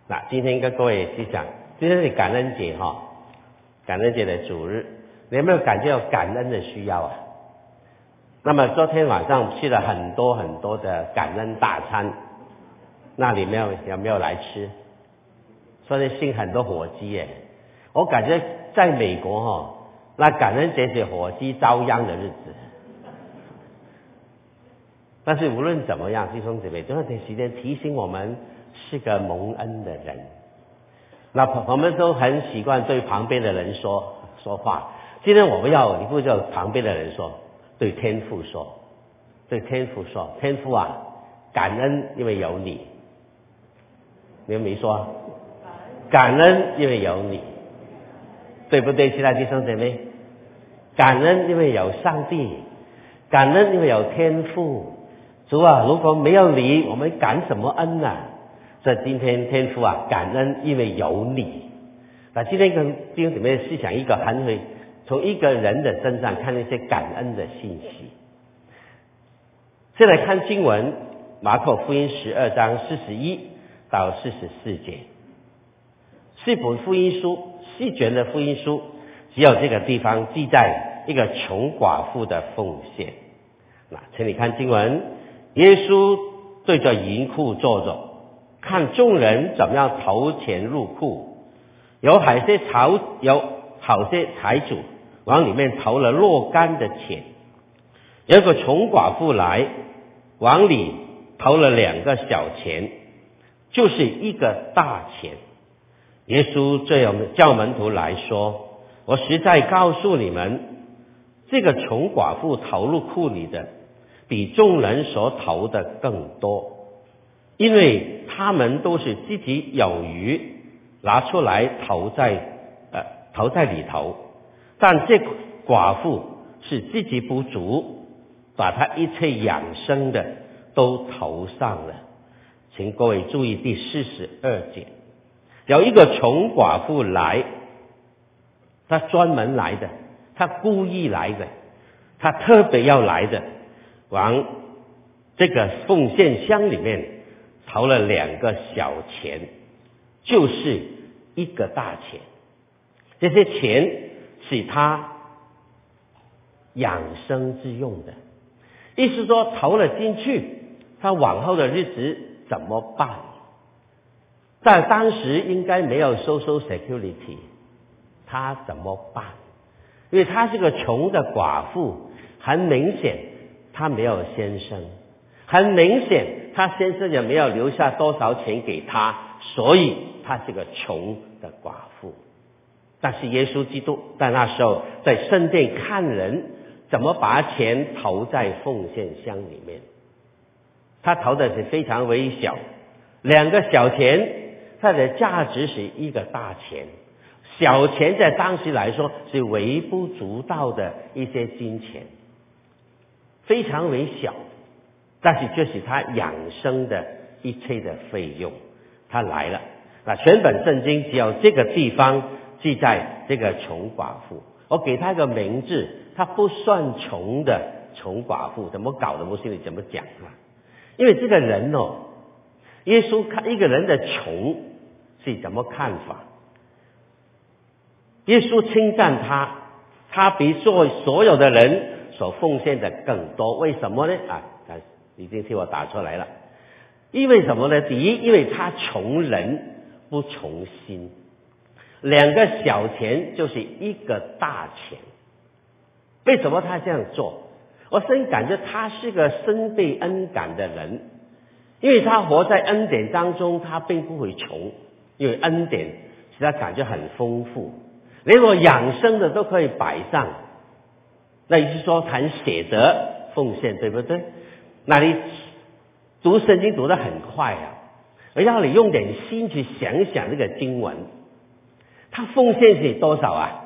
那今天跟各位去讲，今天是感恩节感恩节的主日，你有没有感觉有感恩的需要啊？那么昨天晚上去了很多很多的感恩大餐，那里面有没有来吃？说的新很多火鸡耶，我感觉在美国那感恩节是火鸡遭殃的日子。但是无论怎么样，弟兄姊妹，这段时间提醒我们是个蒙恩的人。那我们都很习惯对旁边的人说话，今天我们你不叫旁边的人说，对天父说，对天父说，天父啊，感恩因为有你。你有没说？感恩因为有你，对不对？其他弟兄姐妹，感恩因为有上帝，感恩因为有天父。主啊，如果没有你，我们感什么恩呢？所以今天天父啊，感恩因为有你。那今天跟弟兄姊妹思想一个从一个人的身上看一些感恩的信息。先来看经文，马可福音12章41到44节。是本福音书，细卷的福音书，只有这个地方记载一个穷寡妇的奉献。那请你看经文，耶稣对着银库坐着，看众人怎么样投钱入库，有好些财主往里面投了若干的钱，有个穷寡妇来往里投了2个小钱，就是1个大钱。耶稣这样叫门徒来说，我实在告诉你们，这个穷寡妇投入库里的比众人所投的更多，因为他们都是自己有余拿出来投在里头，但这寡妇是自己不足，把她一切养生的都投上了。请各位注意第42节，有一个穷寡妇来，她专门来的，她故意来的，她特别要来的，往这个奉献箱里面投了2个小钱，就是1个大钱。这些钱是他养生之用的，意思说投了进去，他往后的日子怎么办？在当时应该没有 Social Security， 他怎么办？因为他是个穷的寡妇，很明显他没有先生，很明显他先生也没有留下多少钱给他，所以他是个穷的寡妇。但是耶稣基督在那时候在圣殿看人怎么把钱投在奉献箱里面，他投的是非常微小，2个小钱，它的价值是1个大钱。小钱在当时来说是微不足道的一些金钱，非常微小，但是就是他养生的一切的费用。他来了，那全本圣经只有这个地方记载这个穷寡妇，我给他一个名字，他不算穷的穷寡妇，怎么搞的？我心里怎么讲啊？因为这个人耶稣看一个人的穷是怎么看法？耶稣称赞他比所有的人所奉献的更多。为什么呢？已经替我打出来了。因为什么呢？第一，因为他穷人不穷心，2个小钱就是1个大钱。为什么他这样做？我深感觉他是个深被恩感的人，因为他活在恩典当中，他并不会穷，因为恩典使他感觉很丰富，连我养生的都可以摆上。那也就是说很舍得奉献，对不对？那你读圣经读得很快而要你用点心去想想这个经文，他奉献是多少啊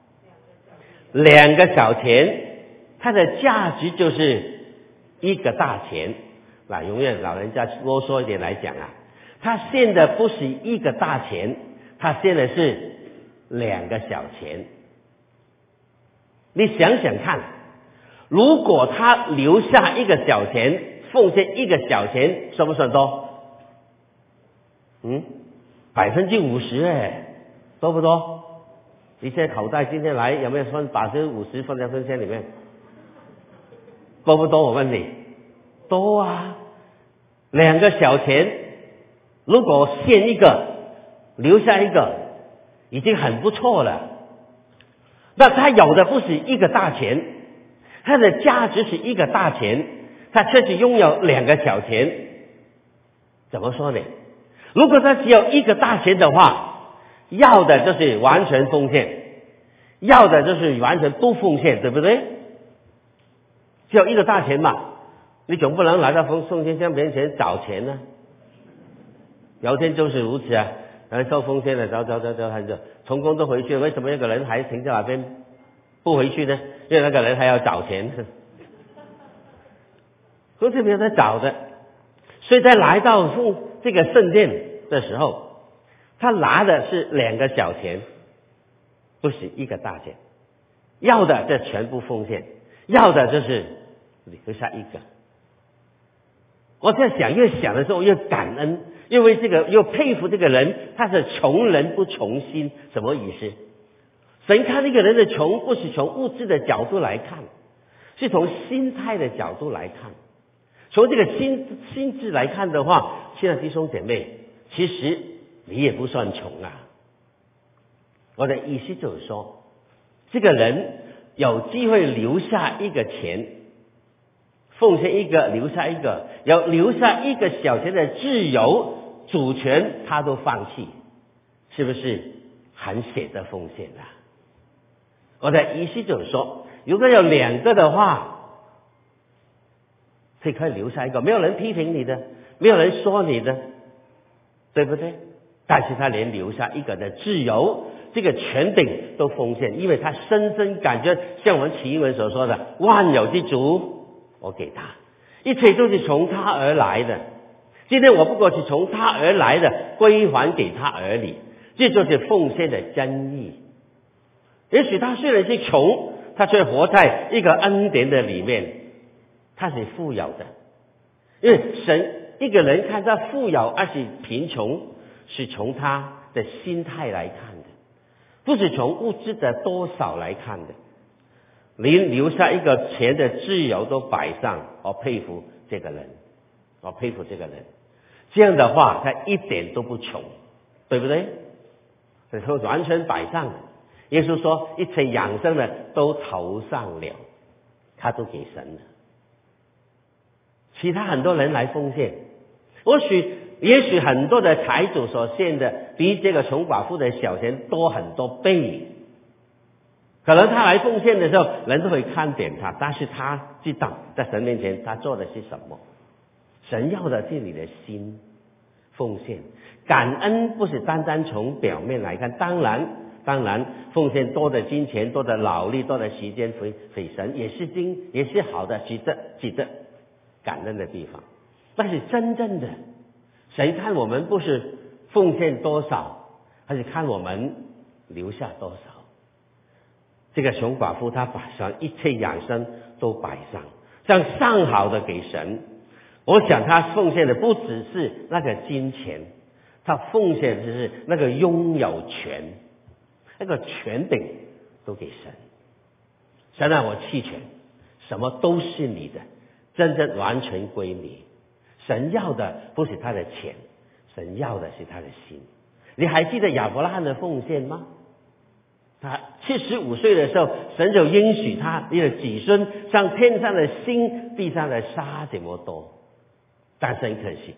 ？2个小钱，它的价值就是1个大钱。那永远老人家啰嗦一点来讲他献的不是1个大钱，他献的是2个小钱。你想想看，如果他留下1个小钱，奉献1个小钱，算不算多？ 50%哎，多不多？你现在口袋今天来有没有分50%放在分钱里面？多不多？我问你，多啊！2个小钱，如果献一个，留下一个，已经很不错了。那他有的不是一个大钱，他的价值是一个大钱，他却只拥有2个小钱，怎么说呢？如果他只有一个大钱的话，要的就是完全奉献，要的就是完全不奉献，对不对？只有一个大钱嘛，你总不能来到奉献箱面前找钱呢。有天就是如此啊，收奉献的走，他就从工作回去，为什么一个人还停在那边不回去呢？因为那个人还要找钱，所以没有在找的。所以在来到这个圣殿的时候，他拿的是2个小钱，不是一个大钱，要的这全部奉献，要的就是留下一个。我在想，越想的时候越感恩，因为这个又佩服这个人，他是穷人不穷心，什么意思？神看那个人的穷，不是从物质的角度来看，是从心态的角度来看。从这个心智来看的话，亲爱的弟兄姐妹，其实你也不算穷啊。我的意思就是说，这个人有机会留下一个钱，奉献一个，留下一个，有留下一个小钱的自由主权，他都放弃，是不是很舍得奉献啊？我的意思就是说，如果有2个的话，可以留下一个，没有人批评你的，没有人说你的，对不对？但是他连留下一个的自由，这个权柄都奉献，因为他深深感觉，像我们启英文所说的，万有之主，我给他，一切都是从他而来的。今天我不过是从他而来的，归还给他而已，这就是奉献的真意。也许他虽然是穷，他却活在一个恩典的里面，他是富有的。因为神一个人看他富有还是贫穷，是从他的心态来看的，不是从物质的多少来看的。连留下一个钱的自由都摆上，我佩服这个人，我佩服这个人。这样的话，他一点都不穷，对不对？然后完全摆上了。耶稣说，一切养生的都投上了，他都给神了。其他很多人来奉献，也许很多的财主所献的比这个穷寡妇的小钱多很多倍。可能他来奉献的时候，人都会看扁他，但是他知道在神面前他做的是什么。神要的是你的心奉献，感恩不是单单从表面来看，当然奉献多的金钱、多的劳力、多的时间给神也是好的，值得感恩的地方。但是真正的神看我们不是奉献多少，而是看我们留下多少。这个穷寡妇她把上一切养生都摆上，将上好的给神。我想她奉献的不只是那个金钱，她奉献的是那个拥有权，那个权柄都给神。神啊，我弃权，什么都是你的，真正完全归你。神要的不是他的钱，神要的是他的心。你还记得亚伯拉罕的奉献吗？他75岁的时候，神就应许他，你的子孙像天上的星，地上的沙这么多。但是很可惜，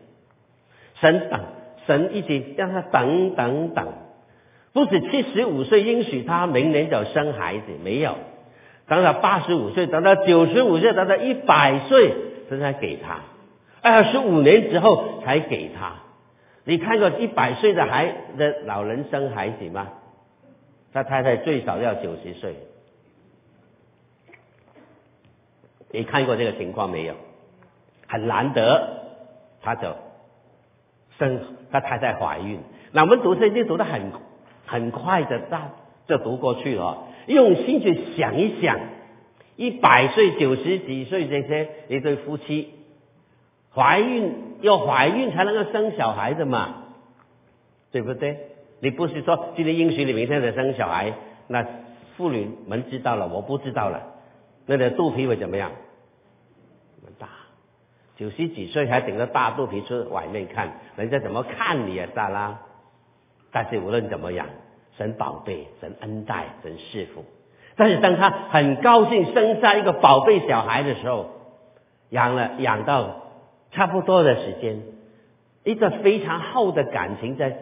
神一直让他等，不是75岁应许他明年就生孩子，没有，等到85岁，等到95岁，等到100岁，神才给他，25年之后才给他。你看过100岁的老人生孩子吗？他太太最少要90岁。你看过这个情况没有？很难得，他太太怀孕。那我们读圣经读得很快的，就读过去了。用心去想一想，100岁、90几岁这些一对夫妻，怀孕才能够生小孩的嘛。 对不对？你不是说今天应许你明天得生小孩，那妇女们知道了，我不知道了，那你的肚皮会怎么样？很大，90几岁还顶着大肚皮出外面看，人家怎么看你啊，撒拉？但是无论怎么样，神宝贝，神恩待，神赐福。但是当他很高兴生下一个宝贝小孩的时候，养到差不多的时间，一个非常厚的感情在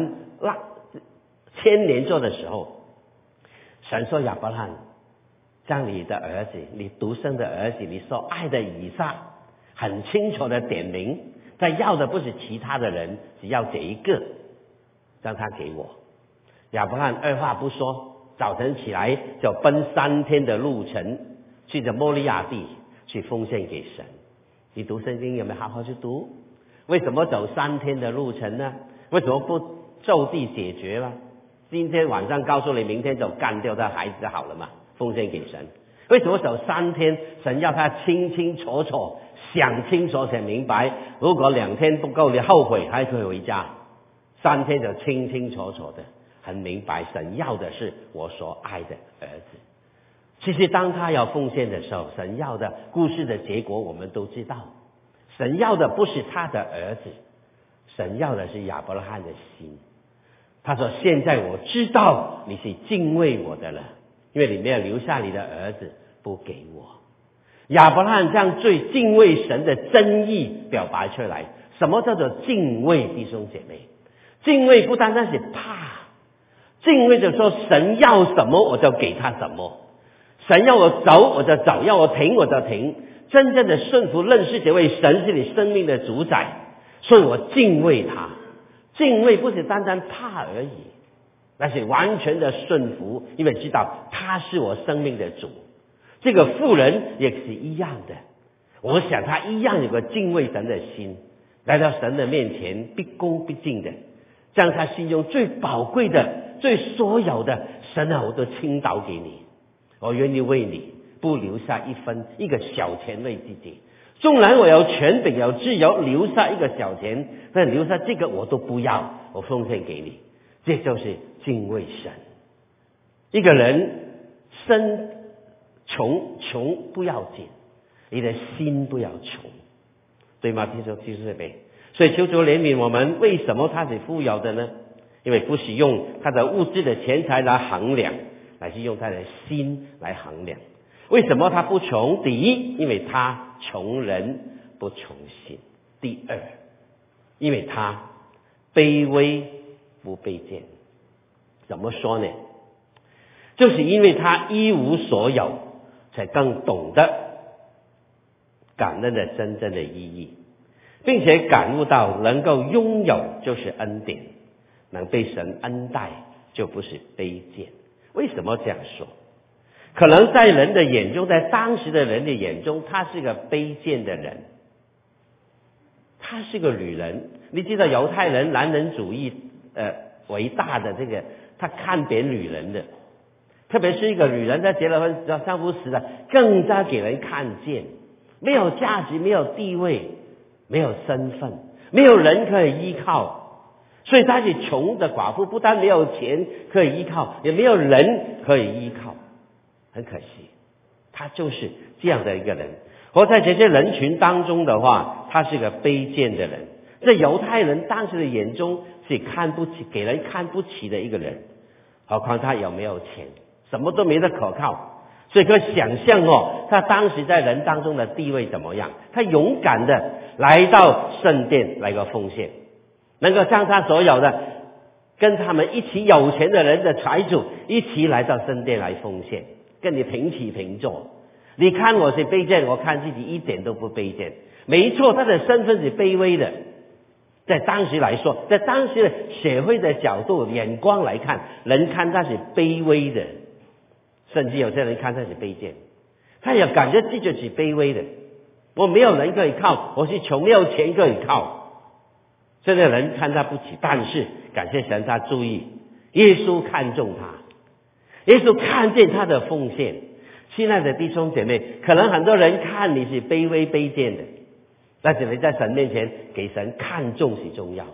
牵连着的时候，神说亚伯拉罕，将你的儿子，你独生的儿子，你所爱的以撒，很清楚的点名，他要的不是其他的人，只要这一个，让他给我。亚伯拉罕二话不说，早晨起来就奔3天的路程，去着摩利亚地去奉献给神。你读圣经有没有好好去读？为什么走3天的路程呢？为什么不就地解决吗？今天晚上告诉你，明天就干掉他孩子好了嘛，奉献给神。为什么走3天？神要他清清楚楚想清楚想明白，如果2天不够，你后悔还可以回家。3天就清清楚楚的很明白，神要的是我所爱的儿子。其实当他要奉献的时候，神要的故事的结果我们都知道，神要的不是他的儿子，神要的是亚伯拉罕的心。他说现在我知道你是敬畏我的了，因为你没有留下你的儿子不给我。亚伯拉罕将最敬畏神的真意表白出来。什么叫做敬畏？弟兄姐妹，敬畏不单单是怕，敬畏就是说神要什么我就给他什么，神要我走我就走，要我停我就停，真正的顺服认识这位神是你生命的主宰，所以我敬畏他。敬畏不是单单怕而已，那是完全的顺服，因为知道他是我生命的主。这个妇人也是一样的，我想他一样有个敬畏神的心，来到神的面前毕恭毕敬的，将他心中最宝贵的最所有的，神啊，我都倾倒给你，我愿意为你不留下一个小钱为自己，纵然我有权柄有自由留下一个小钱，但留下这个我都不要，我奉献给你。这就是敬畏神。一个人生穷不要紧，你的心不要穷，对吗？听说就是呗。所以求主怜悯我们，为什么他是富有的呢？因为不是用他的物质的钱财来衡量，乃是用他的心来衡量。为什么他不穷？第一，因为他穷人不穷心；第二，因为他卑微不卑贱。怎么说呢？就是因为他一无所有，才更懂得感恩的真正的意义，并且感悟到能够拥有就是恩典，能被神恩待就不是卑贱。为什么这样说？可能在人的眼中，在当时的人的眼中，他是个卑贱的人，他是个女人。你知道犹太人男人主义为大的这个，他看扁女人的，特别是一个女人在结了婚丈夫死了，更加给人看见，没有价值，没有地位，没有身份，没有人可以依靠。所以她是穷的寡妇，不但没有钱可以依靠，也没有人可以依靠。很可惜，他就是这样的一个人。活在这些人群当中的话，他是个卑贱的人。在犹太人当时的眼中是看不起，给人看不起的一个人。何况他有没有钱，什么都没得可靠。所以可以想象他当时在人当中的地位怎么样。他勇敢的来到圣殿来个奉献，能够将他所有的跟他们一起有钱的人的财主一起来到圣殿来奉献，跟你平起平坐。你看我是卑贱，我看自己一点都不卑贱。没错，他的身份是卑微的，在当时来说，在当时的社会的角度眼光来看，人看他是卑微的，甚至有些人看他是卑贱，他也感觉自己是卑微的。我没有人可以靠，我是穷，没有钱可以靠，这个人看他不起。但是感谢神，他注意，耶稣看重他，耶稣看见他的奉献。亲爱的弟兄姐妹，可能很多人看你是卑微卑贱的，但是你在神面前给神看重是重要，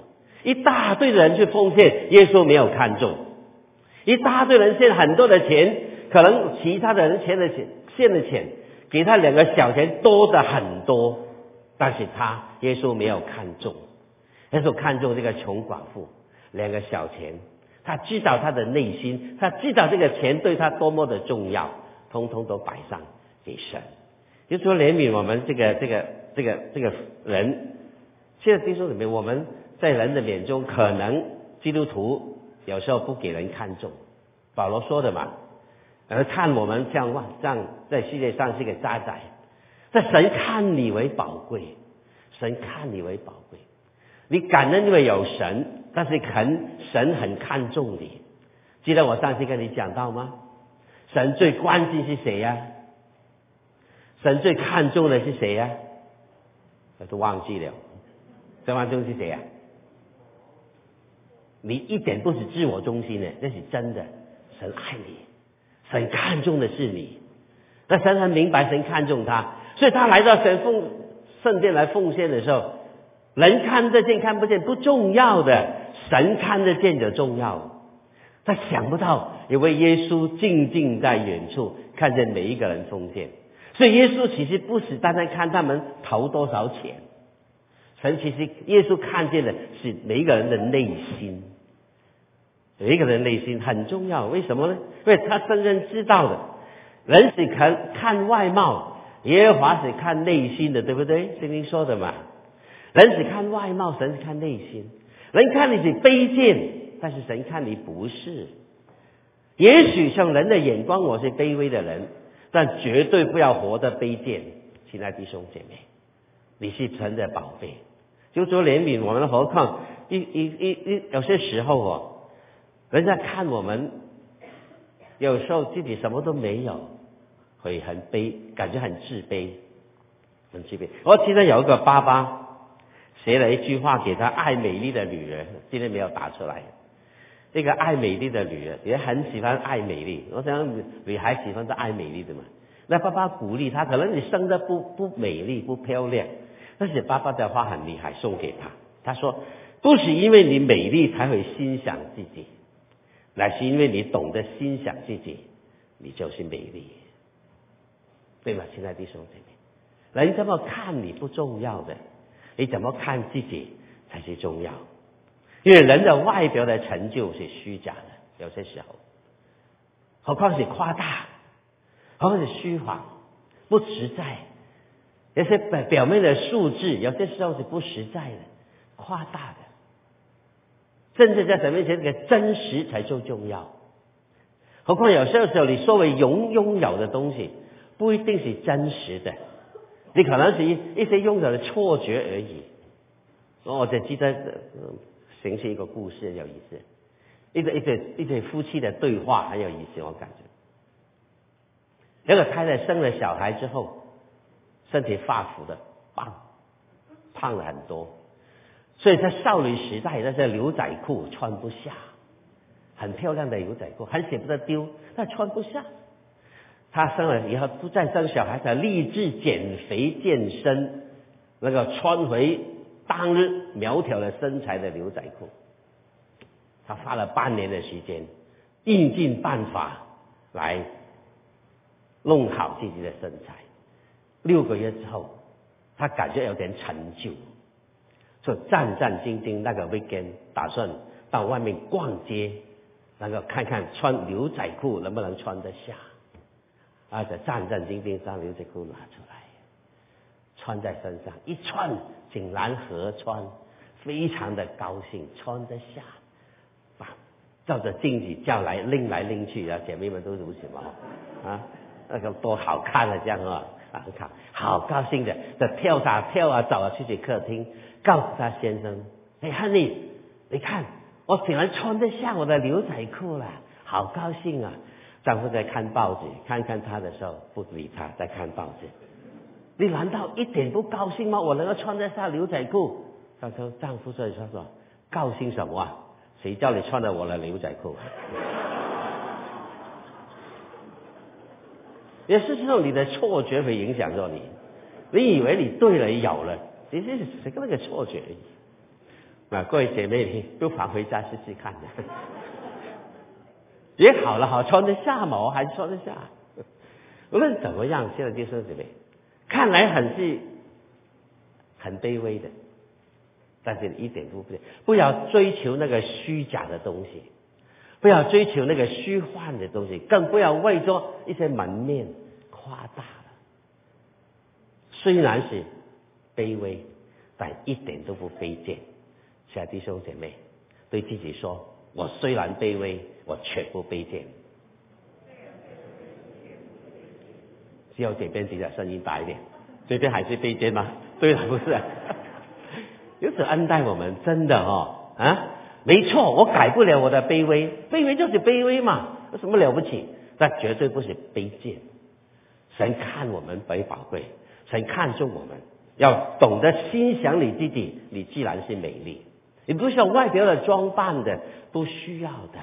一大堆人去奉献，耶稣没有看中。一大堆人献很多的钱，可能其他的人献的钱给他2个小钱多的很多，但是耶稣没有看中。耶稣看中这个穷寡妇2个小钱，他知道他的内心，他知道这个钱对他多么的重要，通通都摆上给神。就说怜悯我们这个人。现在弟兄姊妹，我们在人的眼中，可能基督徒有时候不给人看重。保罗说的嘛，看我们像在世界上是个渣滓，但神看你为宝贵，神看你为宝贵。你感恩因为有神，但是神很看重你。记得我上次跟你讲到吗？神最关心是谁呀？神最看重的是谁呀？我都忘记了。最看重是谁呀？你一点不是自我中心的，那是真的。神爱你，神看重的是你。那神很明白神看重他，所以他来到圣殿来奉献的时候，人看得见看不见不重要的，神看得见就重要。他想不到有位耶稣静静在远处看见每一个人奉献，所以耶稣其实不是单单看他们投多少钱，神其实耶稣看见的是每一个人的内心。每一个人内心很重要，为什么呢？因为他深深知道的，人是看外貌，耶和华是看内心的，对不对？圣经说的嘛，人是看外貌，神是看内心。人看你是卑贱，但是神看你不是。也许像人的眼光，我是卑微的人，但绝对不要活得卑贱。亲爱的弟兄姐妹，你是神的宝贝，就说怜悯我们，何况有些时候人家看我们，有时候自己什么都没有，会感觉很自卑，很自卑。我记得有一个爸爸写了一句话给他爱美丽的女儿，今天没有打出来。这个爱美丽的女儿也很喜欢爱美丽，我想女孩喜欢是爱美丽的嘛。那爸爸鼓励他，可能你生得不美丽不漂亮，但是爸爸的话很厉害，送给他。他说，不是因为你美丽才会欣赏自己，乃是因为你懂得欣赏自己，你就是美丽，对吗？亲爱的弟兄姐妹，人怎么看你不重要的，你怎么看自己才是重要。因为人的外表的成就是虚假的，有些时候，何况是夸大，何况是虚谎，不实在。有些表面的数字，有些时候是不实在的，夸大的。甚至在神面前，这个真实才最重要。何况有些时候，你所谓拥有的东西，不一定是真实的，你可能是一些拥有的错觉而已。我就记得形成一个故事很有意思，一对夫妻的对话很有意思，我感觉。那个太太生了小孩之后，身体发福的胖了很多，所以在少女时代那些牛仔裤穿不下，很漂亮的牛仔裤，很舍不得丢，但穿不下。她生了以后不再生小孩，才立志减肥健身，那个穿回当日苗条的身材的牛仔裤。她花了半年的时间，应尽办法来弄好自己的身材。6个月之后，她感觉有点成就，所以战战兢兢。那个 weekend 打算到外面逛街，那个看看穿牛仔裤能不能穿得下，而且战战兢兢将牛仔裤拿出来，穿在身上，一穿竟然合穿，非常的高兴，穿得下，照着镜子叫来拎来拎去，然后姐妹们都如此嘛，那个多好看啊，这样很好高兴的，跳啊走啊去客厅，告诉他先生，哎 honey， 你看我竟然穿得下我的牛仔裤了，好高兴啊！丈夫在看报纸，看他的时候不理他，在看报纸。你难道一点不高兴吗？我能够穿得下牛仔裤？他说丈夫说高兴什么啊？谁叫你穿了我的牛仔裤？有些时候你的错觉会影响着你，你以为你对了有了，其实是那个错觉而已。 各位姐妹，你不妨回家试试看的。也好了，好穿得下嘛，我还穿得下。无论怎么样，现在弟兄姊妹，看来很卑微的，但是一点都不对。不要追求那个虚假的东西，不要追求那个虚幻的东西，更不要为着一些门面夸大了。虽然是卑微，但一点都不卑贱。亲爱的弟兄姐妹，对自己说：我虽然卑微，我却不卑贱。只有这边比较声音大一点，这边还是卑贱吗？对了，不是。有此恩待我们，真的没错，我改不了我的卑微，卑微就是卑微嘛，有什么了不起？但绝对不是卑贱。神看我们为宝贵，神看重我们，要懂得欣赏你自己，你既然是美丽。你不需要外表的装扮的，不需要的。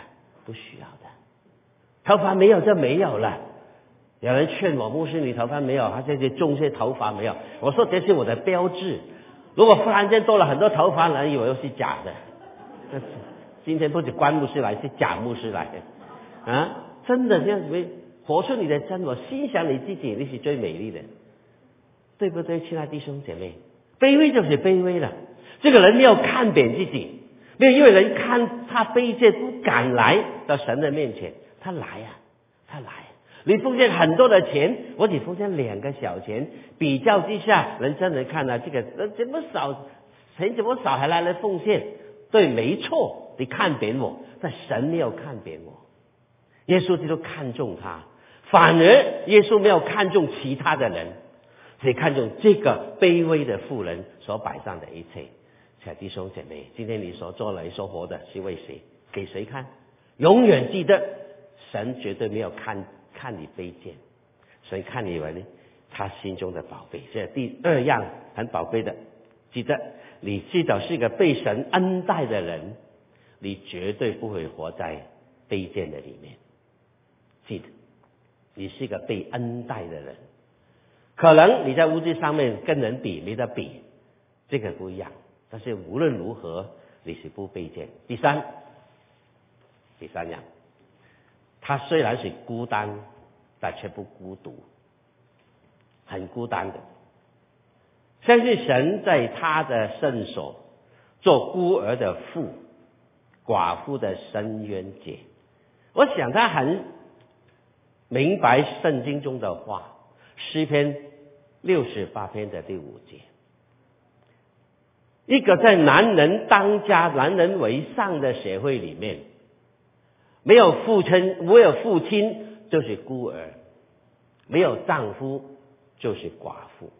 头发没有就没有了。有人劝我，牧师你头发没有，还是种些头发没有？我说这是我的标志。如果忽然间多了很多头发，人以为是假的。今天不止关牧师来，是假牧师来真的这样子，活出你的真我，欣赏你自己，你是最美丽的，对不对？亲爱的弟兄姐妹，卑微就是卑微了。这个人没有看扁自己，没有因为人看他卑贱不敢来到神的面前，他来。你奉献很多的钱，我只奉献2个小钱，比较之下，人真的看这个这么少钱，这么少还来奉献，对，没错，你看扁我，但神没有看扁我。耶稣基督看重他，反而耶稣没有看重其他的人，只看重这个卑微的妇人所摆上的一切。亲爱的弟兄姐妹，今天你所做的、你所活的是为谁？给谁看？永远记得，神绝对没有看你卑贱，神看你为他心中的宝贝。这第2样很宝贵的，记得你至少是一个被神恩待的人，你绝对不会活在卑贱的里面。记得你是一个被恩待的人，可能你在物质上面跟人比没得比，这个不一样，但是无论如何你是不卑贱。第三样，他虽然是孤单，但却不孤独，很孤单的。相信神在他的圣所做孤儿的父，寡妇的伸冤节。我想他很明白圣经中的话，诗篇68篇的第5节，一个在男人当家、男人为上的社会里面，没有父亲就是孤儿，没有丈夫就是寡妇，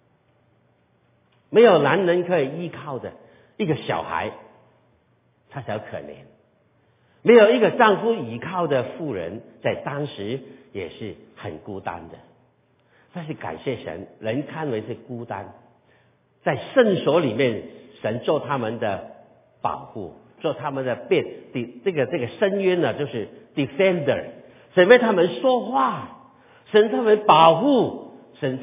没有男人可以依靠的一个小孩，他才可怜。没有一个丈夫依靠的妇人，在当时也是很孤单的。但是感谢神，人看为是孤单，在圣所里面，神做他们的保护，做他们的这个深渊呢，就是 defender， 神为他们说话，神他们保护，神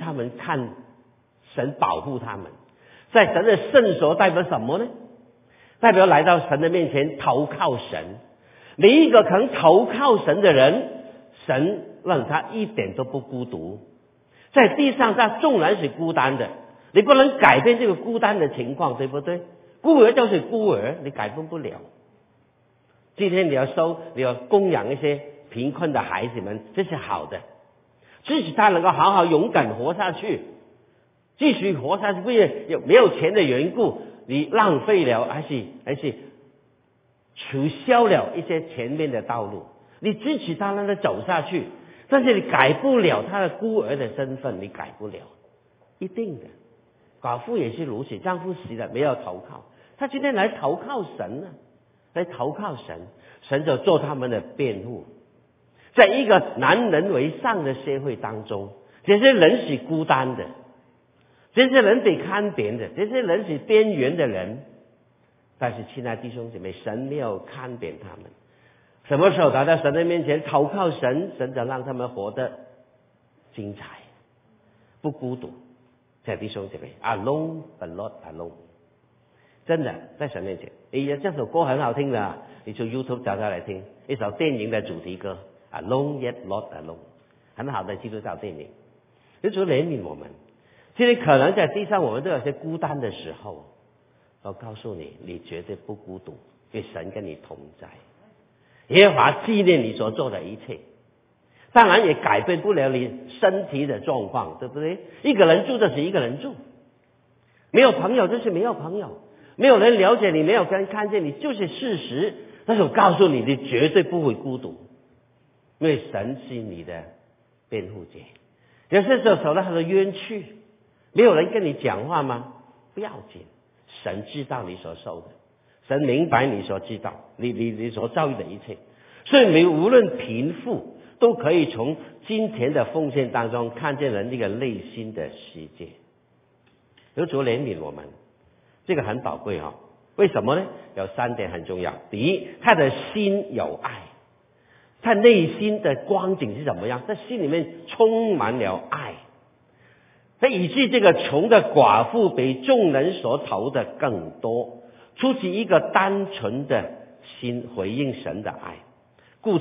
保护他们。在神的圣所代表什么呢？代表来到神的面前投靠神。每一个肯投靠神的人，神让他一点都不孤独。在地上他纵然是孤单的，你不能改变这个孤单的情况，对不对？孤儿就是孤儿，你改变不了。今天你要供养一些贫困的孩子们，这是好的，支持他能够好好勇敢活下去，继续活下去。不是没有钱的缘故，你浪费了，还是取消了一些前面的道路，你支持他让他走下去，但是你改不了他的孤儿的身份，你改不了，一定的。寡妇也是如此，丈夫死了没有投靠，他今天来投靠神呢，来投靠神，神就做他们的辩护。在一个男人为上的社会当中，这些人是孤单的，这些人得看扁的，这些人是边缘的人。但是亲爱的弟兄姐妹，神没有看扁他们。什么时候来到神的面前投靠神，神就让他们活得精彩，不孤独。亲爱的弟兄姐妹 ，alone but not alone。 真的在神面前。哎呀，这首歌很好听的，你去 YouTube 找下来听，一首电影的主题歌，Alone Yet Not Alone， 很好的基督教电影。就主怜悯我们，其实可能在地上我们都有些孤单的时候，我告诉你，你绝对不孤独，因为神跟你同在，耶和华纪念你所做的一切。当然也改变不了你身体的状况，对不对？一个人住就是一个人住，没有朋友就是没有朋友，没有人了解你，没有人看见你，就是事实。但是我告诉你，你绝对不会孤独，因为神是你的辩护者。有些时候走到很多冤屈，没有人跟你讲话吗？不要紧，神知道你所受的，神明白你所知道，你所遭遇的一切。所以你无论贫富，都可以从金钱的奉献当中看见人这个内心的世界。有主怜悯我们，这个很宝贵哦。为什么呢？有3点很重要。第一，他的心有爱，他内心的光景是怎么样？他心里面充满了爱，他以致这个穷的寡妇比众人所投的更多，出自一个单纯的心回应神的爱，故此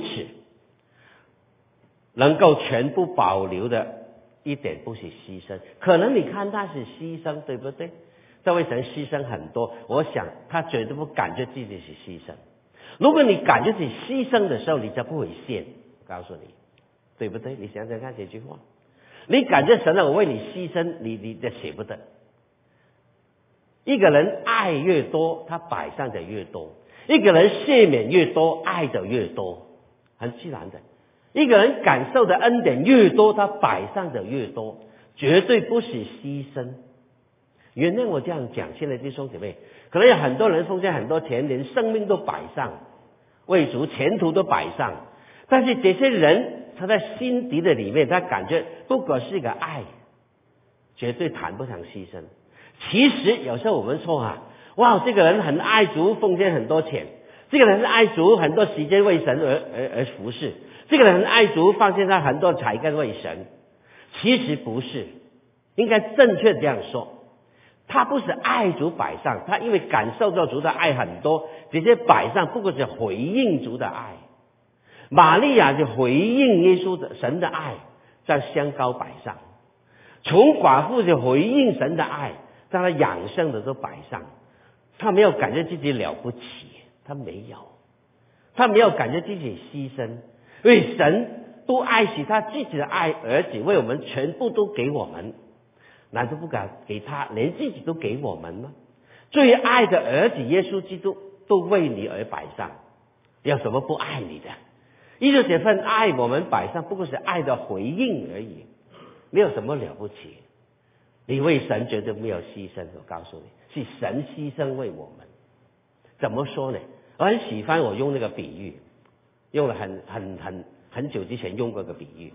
能够全部保留的一点不是牺牲。可能你看他是牺牲，对不对？这位神牺牲很多，我想他绝对不感觉自己是牺牲。如果你感觉是牺牲的时候，你就不会献，我告诉你，对不对？你想想看这句话，你感觉神我为你牺牲，你就舍不得。一个人爱越多，他摆上的越多；一个人赦免越多，爱的越多，很自然的。一个人感受的恩典越多，他摆上的越多，绝对不是牺牲。原谅我这样讲，现在弟兄姐妹，可能有很多人奉献很多钱，连生命都摆上，为主前途都摆上，但是这些人他在心底的里面，他感觉不过是个爱，绝对谈不上牺牲。其实有时候我们说哇，这个人很爱主，奉献很多钱；这个人爱主，很多时间为神而服侍；这个人很爱主，放现在很多才干为神。其实不是，应该正确这样说。他不是爱主摆上，他因为感受到主的爱很多，这些摆上不过是回应主的爱。玛利亚就回应耶稣的神的爱，将香膏摆上；穷寡妇就回应神的爱，将他养生的都摆上。他没有感觉自己了不起，他没有，他没有感觉自己牺牲，因为神都爱惜他自己的爱儿子，为我们全部都给我们。难道不敢给他，连自己都给我们吗？最爱的儿子耶稣基督都为你而摆上，有什么不爱你的？因为这份爱我们摆上，不过是爱的回应而已，没有什么了不起。你为神绝对没有牺牲，我告诉你，是神牺牲为我们。怎么说呢？我很喜欢我用那个比喻，用了很久之前用过个比喻。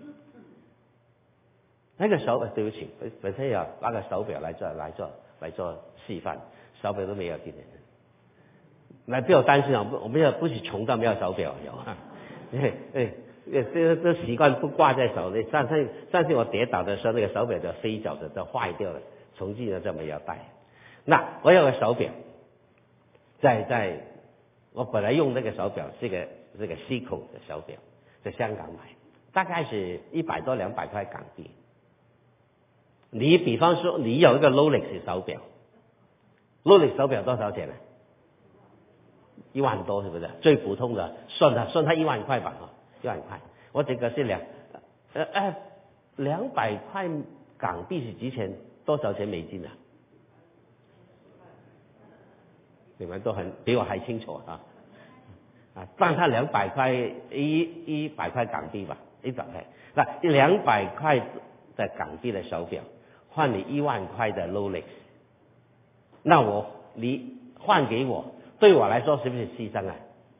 那个手对不起，本身要拿个手表来做示范，手表都没有今年。不要担心啊，我们也不是穷到没有手表有这习惯不挂在手里。上次我跌倒的时候，那个手表就飞走的，都坏掉了，从今就这么要戴。那我有个手表，在我本来用那个手表是个 Seiko 的手表，在香港买，大概是100多200块港币。你比方说你有一个 Rolex 手表，Rolex 手表多少钱呢？1万多，是不是？最普通的算它1万块吧，1万块。我这个是200块港币是值钱多少钱美金啊？你们都比我还清楚算它200块100块港币吧，100块。那200块的港币的手表换你1万块的 Rolex， 那你换给我，对我来说是不是牺牲啊？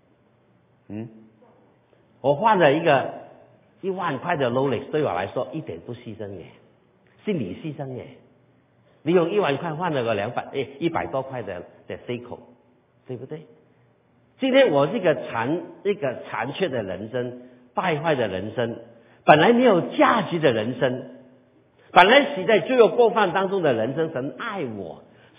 我换了一个1万块的 Rolex， 对我来说一点不牺牲耶，是你牺牲耶。你用1万块换了个100多块的 Seiko， 对不对？今天我是一个残缺的人生，败坏的人生，本来没有价值的人生，本来死在罪恶过犯当中的人生，神爱我，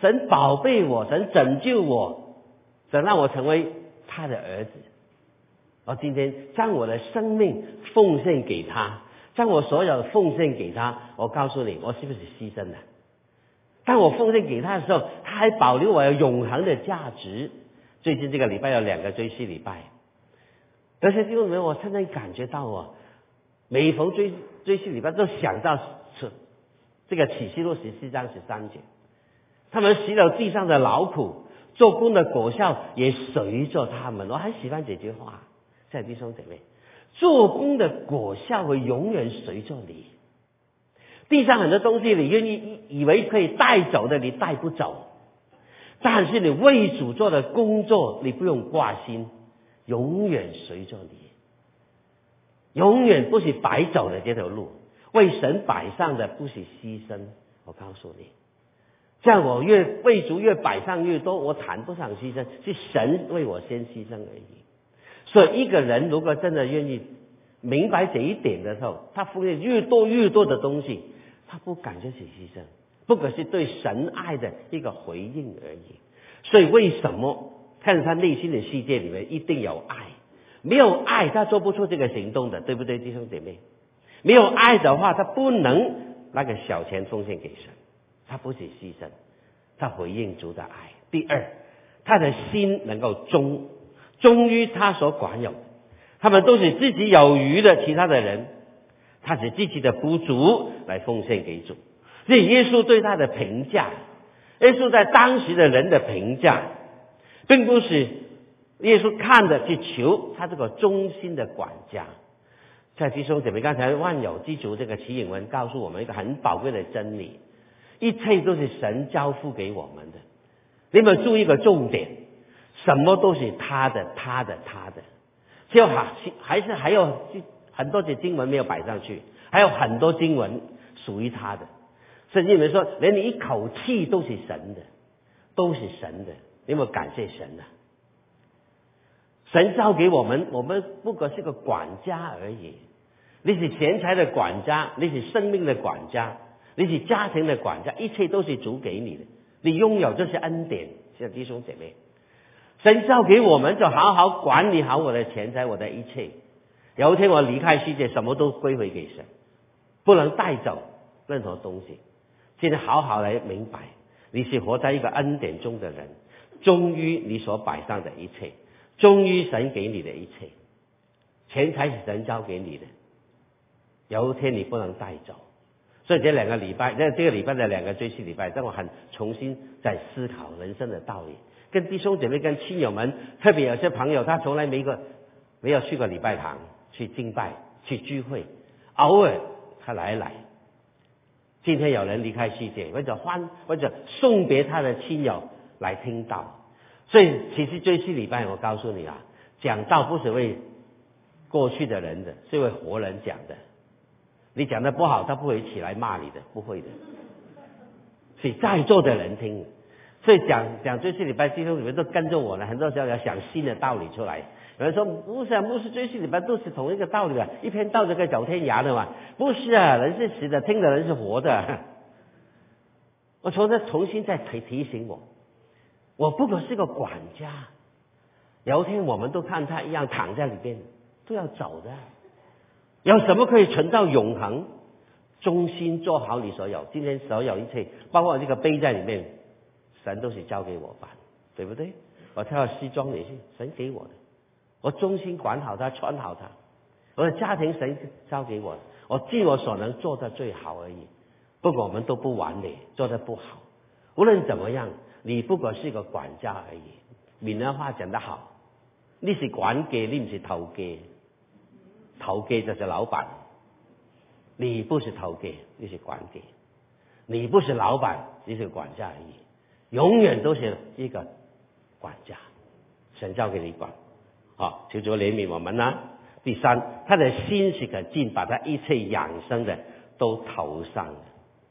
神宝贝我，神拯救我，神让我成为他的儿子。我今天将我的生命奉献给他，将我所有奉献给他。我告诉你，我是不是牺牲了？当我奉献给他的时候，他还保留我有永恒的价值。最近这个礼拜有2个追思礼拜，而且弟兄们，我现在感觉到每逢追思礼拜都想到这个启示录14章13节，他们洗了地上的劳苦，做工的果效也随着他们。我很喜欢这句话，在弟兄姐妹，做工的果效会永远随着你。地上很多东西你愿意以为可以带走的，你带不走，但是你为主做的工作，你不用挂心，永远随着你，永远不是白走的这条路。为神摆上的不是牺牲，我告诉你，这样我越为主越摆上越多，我谈不上牺牲，是神为我先牺牲而已。所以一个人如果真的愿意明白这一点的时候，他奉献越多的东西，他不感觉是牺牲，不过是对神爱的一个回应而已。所以为什么看他内心的世界里面一定有爱？没有爱他做不出这个行动的，对不对，弟兄姐妹？没有爱的话，他不能那个小钱奉献给神，他不是牺牲，他回应主的爱。第二，他的心能够忠于他所管有的。他们都是自己有余的，其他的人他是自己的不足来奉献给主。所以耶稣对他的评价，耶稣在当时的人的评价，并不是耶稣看的去求他这个忠心的管家。在弟兄姐妹，刚才万有之主这个启引文告诉我们一个很宝贵的真理，一切都是神交付给我们的。你们注意一个重点，什么都是他的。就还有很多节经文没有摆上去，还有很多经文属于他的。圣经里面说，连你一口气都是神的，都是神的。你有没有感谢神呢？神交给我们，我们不过是个管家而已。你是钱财的管家，你是生命的管家，你是家庭的管家，一切都是主给你的。你拥有这些恩典，像弟兄姐妹，神交给我们就好好管理好我的钱财，我的一切。有一天我离开世界，什么都归回给神，不能带走任何东西。现在好好来明白，你是活在一个恩典中的人，忠于你所摆上的一切，忠于神给你的一切。钱财是神交给你的，有一天你不能带走。所以这个礼拜的2个追思礼拜，让我很重新在思考人生的道理。跟弟兄姐妹、跟亲友们，特别有些朋友他从来没有去过礼拜堂去敬拜、去聚会，偶尔他来。今天有人离开世界，或者送别他的亲友来听道。所以其实追思礼拜，我告诉你讲道不是为过去的人的，是为活人讲的。你讲的不好，他不会起来骂你的，不会的，是在座的人听。所以讲追思礼拜，弟兄姊妹都跟着我呢，很多时候要想新的道理出来。有人说不是追思礼拜都是同一个道理一篇道就可以走天涯的嘛？不是人是死的，听的人是活的。我重新再提醒我不过是个管家。有一天我们都看他一样躺在里边，都要走的。有什么可以存到永恒？忠心做好你所有，今天所有一切，包括这个杯在里面，神都是交给我办，对不对？我挑西装也是神给我的，我忠心管好它，穿好它。我的家庭神交给我，我尽我所能做得最好而已。不过我们都不完美，做得不好。无论怎么样，你不过是个管家而已。闽南话讲得好，你是管家，你不是头家。头家就是老板，你不是头家，你是管家。你不是老板，你是管家而已。永远都是一个管家，神交给你管。好，求主怜悯我们啦。第三，他的心是可尽把他一切养生的都投上的。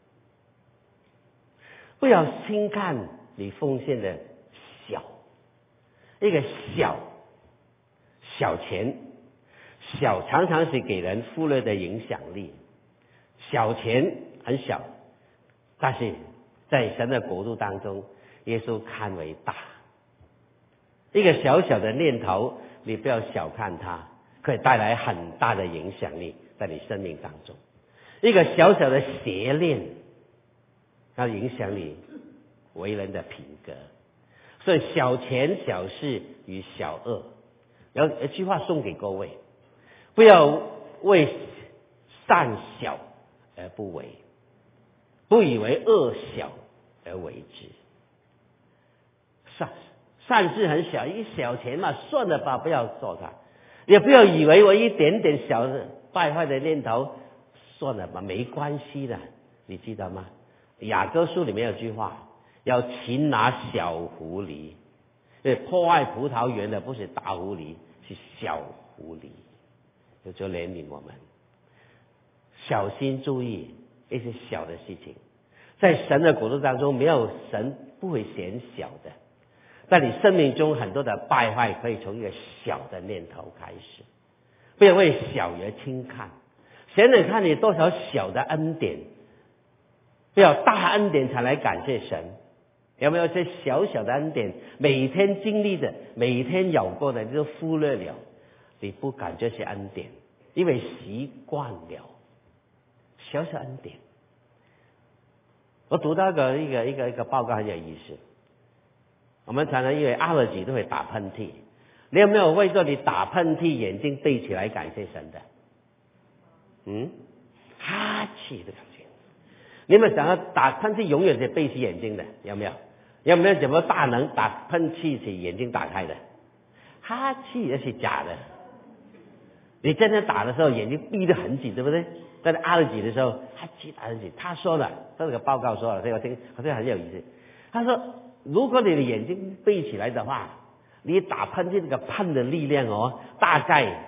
不要轻看你奉献的小，一个小钱，小常常是给人忽略的影响力。小钱很小，但是在神的国度当中， 耶稣看为大。一个小小的念头，你不要小看它，可以带来很大的影响力在你生命当中。一个小小的邪念，要影响你为人的品格。所以小钱小事与小恶，有一句话送给各位，不要为善小而不为，不以为恶小而为之。善事很小，一小钱嘛，算了吧，不要做它。也不要以为我一点点小的败坏的念头，算了吧，没关系的。你知道吗？雅各书里面有句话，要擒拿小狐狸，因为破坏葡萄园的不是大狐狸，是小狐狸。就怜悯我们，小心注意一些小的事情。在神的国度当中，没有神不会嫌小的。在你生命中很多的败坏，可以从一个小的念头开始，不要为小而轻看。神能看你多少小的恩典，不要大恩典才来感谢神。有没有这小小的恩典，每天经历的，每天有过的，你都忽略了，你不感觉是恩典，因为习惯了小小恩典。我读到一个报告很有意思。我们常常因为allergy都会打喷嚏，你有没有为着你打喷嚏眼睛闭起来感谢神的？哈气的感觉。你有没有想到打喷嚏永远是闭起眼睛的？有没有？有没有怎么大能打喷嚏是眼睛打开的？哈气也是假的。你真正打的时候眼睛闭得很紧，对不对？在allergy的时候哈气打很紧。他说了，这个报告说了，这个我听好像很有意思。他说，如果你的眼睛闭起来的话，你打喷嚏那个喷的力量大概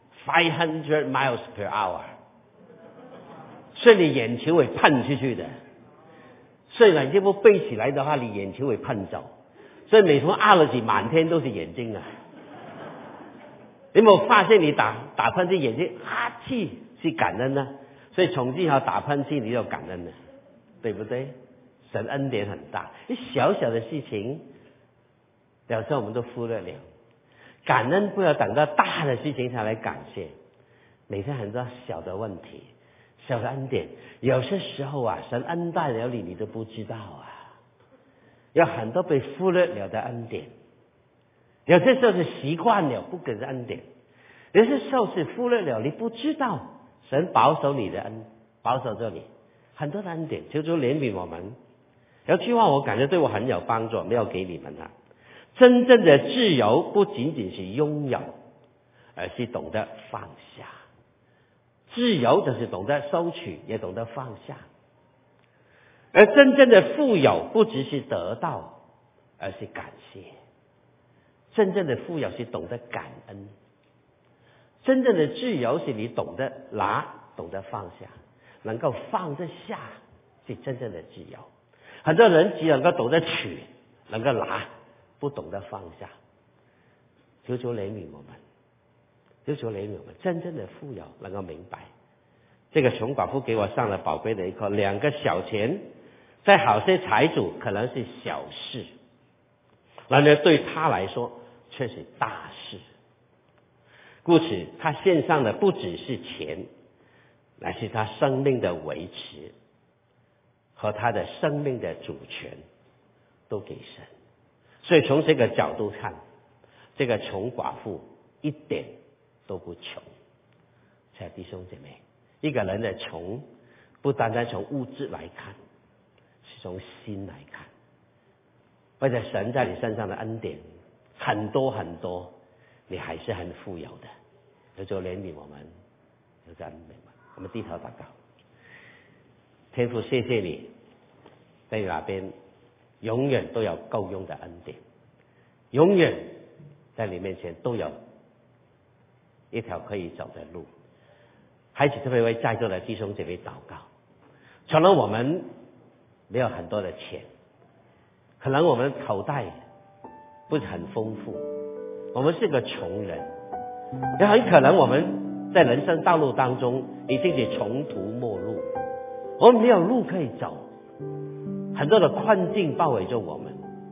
500 miles per hour， 所以你眼球会喷出去的。所以眼睛不闭起来的话，你眼球会喷走。所以每逢allergy满天都是眼睛啊。你有没有发现你打喷嚏眼睛哈气是感恩呢？所以从今以后打喷嚏你就感恩了，对不对？神恩典很大，一小小的事情，有时候我们都忽略了。感恩不要等到大的事情才来感谢。每天很多小的问题，小的恩典，有些时候神恩待了你，你都不知道有很多被忽略了的恩典。有些时候是习惯了不给的恩典，有些时候是忽略了，你不知道神保守你的恩，保守着你很多的恩典。求主怜悯我们。有句话我感觉对我很有帮助，没有给你们真正的自由不仅仅是拥有，而是懂得放下。自由就是懂得收取，也懂得放下。而真正的富有不只是得到，而是感谢。真正的富有是懂得感恩。真正的自由是你懂得拿，懂得放下，能够放得下，是真正的自由。很多人只能够懂得取，能够拿，不懂得放下。求主怜悯我们，求主怜悯我们，真正的富有能够明白。这个穷寡妇给我上了宝贵的一课，2个小钱，在好些财主可能是小事，然而对他来说却是大事。故此，他献上的不只是钱，乃是他生命的维持和他的生命的主权都给神。所以从这个角度看，这个穷寡妇一点都不穷。亲爱的弟兄姐妹，一个人的穷不单单从物质来看，是从心来看。或者神在你身上的恩典很多很多，你还是很富有的。求主怜悯我们，求主恩悯我们低头祷告。天父，谢谢你在你那边永远都有够用的恩典，永远在你面前都有一条可以走的路。孩子特别为在座的弟兄姐妹祷告，可能我们没有很多的钱，可能我们口袋不是很丰富，我们是个穷人，也很可能我们在人生道路当中已经是穷途末路，我们没有路可以走，很多的困境包围着我们。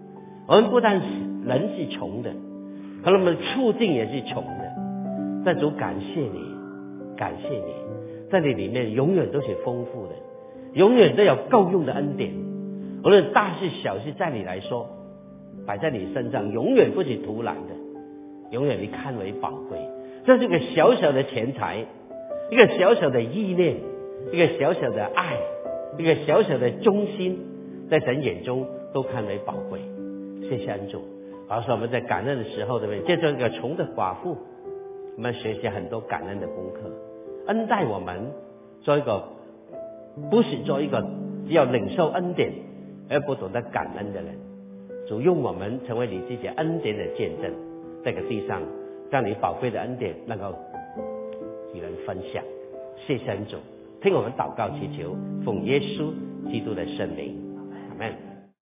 我们不但是人是穷的，可能我们处境也是穷的。但主感谢你，感谢你，在你里面永远都是丰富的，永远都有够用的恩典。无论大事小事，在你来说，摆在你身上，永远不是徒然的，永远你看为宝贵。这是一个小小的钱财，一个小小的意念，一个小小的爱，一个小小的忠心，在神眼中都看为宝贵。谢谢恩主。好，说我们在感恩的时候，对不对？借着一个穷的寡妇，我们学习很多感恩的功课，恩待我们做一个不是做一个只有领受恩典而不懂得感恩的人。主用我们成为你自己恩典的见证，在这个地上让你宝贵的恩典能够与人分享。谢谢恩主，听我们祷告祈求，奉耶稣基督的圣名，阿们。